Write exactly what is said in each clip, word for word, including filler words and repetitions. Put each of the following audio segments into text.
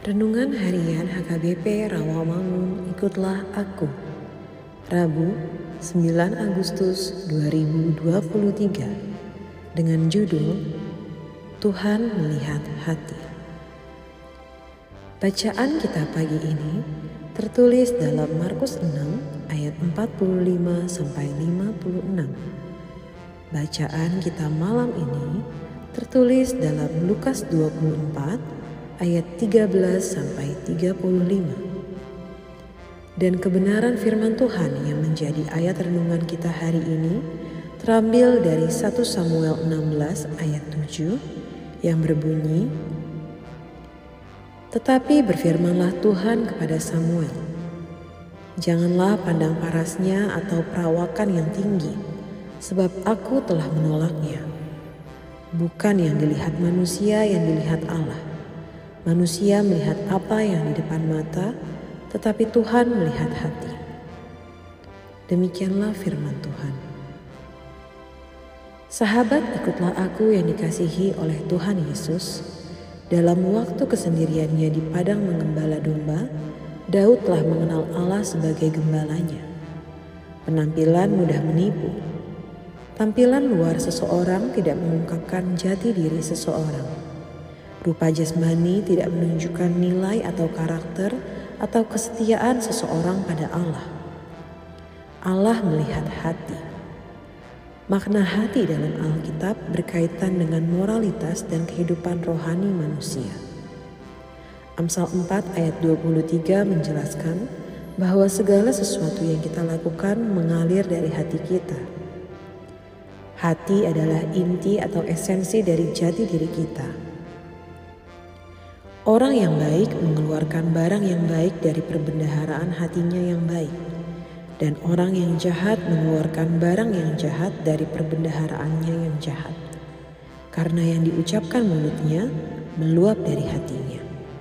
Renungan Harian H K B P Rawamangun, Ikutlah Aku. Rabu, sembilan Agustus dua ribu dua puluh tiga. Dengan judul Tuhan Melihat Hati. Bacaan kita pagi ini tertulis dalam Markus enam ayat empat puluh lima sampai lima puluh enam. Bacaan kita malam ini tertulis dalam Lukas dua puluh empat ayat tiga belas sampai tiga puluh lima. Dan kebenaran firman Tuhan yang menjadi ayat renungan kita hari ini terambil dari satu Samuel enam belas ayat tujuh yang berbunyi, "Tetapi berfirmanlah Tuhan kepada Samuel, janganlah pandang parasnya atau perawakan yang tinggi, sebab aku telah menolaknya. Bukan yang dilihat manusia yang dilihat Allah. Manusia melihat apa yang di depan mata, tetapi Tuhan melihat hati." Demikianlah firman Tuhan. Sahabat, ikutlah aku yang dikasihi oleh Tuhan Yesus. Dalam waktu kesendiriannya di padang mengembala domba, Daud telah mengenal Allah sebagai gembalanya. Penampilan mudah menipu. Tampilan luar seseorang tidak mengungkapkan jati diri seseorang. Rupa jasmani tidak menunjukkan nilai atau karakter atau kesetiaan seseorang pada Allah. Allah melihat hati. Makna hati dalam Alkitab berkaitan dengan moralitas dan kehidupan rohani manusia. Amsal empat ayat dua puluh tiga menjelaskan bahwa segala sesuatu yang kita lakukan mengalir dari hati kita. Hati adalah inti atau esensi dari jati diri kita. Orang yang baik mengeluarkan barang yang baik dari perbendaharaan hatinya yang baik, dan orang yang jahat mengeluarkan barang yang jahat dari perbendaharaannya yang jahat, karena yang diucapkan mulutnya meluap dari hatinya.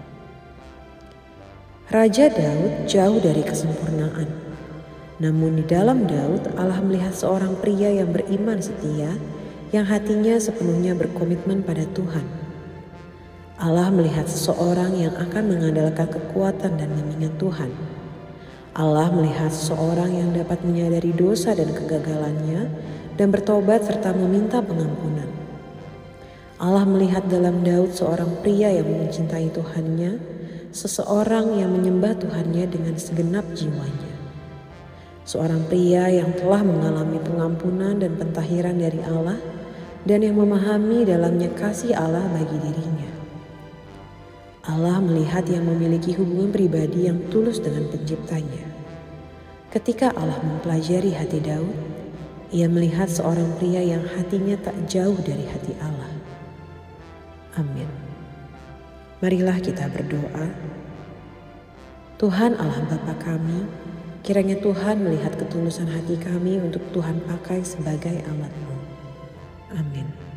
Raja Daud jauh dari kesempurnaan, namun di dalam Daud Allah melihat seorang pria yang beriman setia, yang hatinya sepenuhnya berkomitmen pada Tuhan. Allah melihat seseorang yang akan mengandalkan kekuatan dan mengingat Tuhan. Allah melihat seseorang yang dapat menyadari dosa dan kegagalannya dan bertobat serta meminta pengampunan. Allah melihat dalam Daud seorang pria yang mencintai Tuhannya, seseorang yang menyembah Tuhannya dengan segenap jiwanya. Seorang pria yang telah mengalami pengampunan dan pentahiran dari Allah dan yang memahami dalamnya kasih Allah bagi dirinya. Allah melihat yang memiliki hubungan pribadi yang tulus dengan penciptanya. Ketika Allah mempelajari hati Daud, ia melihat seorang pria yang hatinya tak jauh dari hati Allah. Amin. Marilah kita berdoa. Tuhan Allah Bapa kami, kiranya Tuhan melihat ketulusan hati kami untuk Tuhan pakai sebagai alat-Mu. Amin.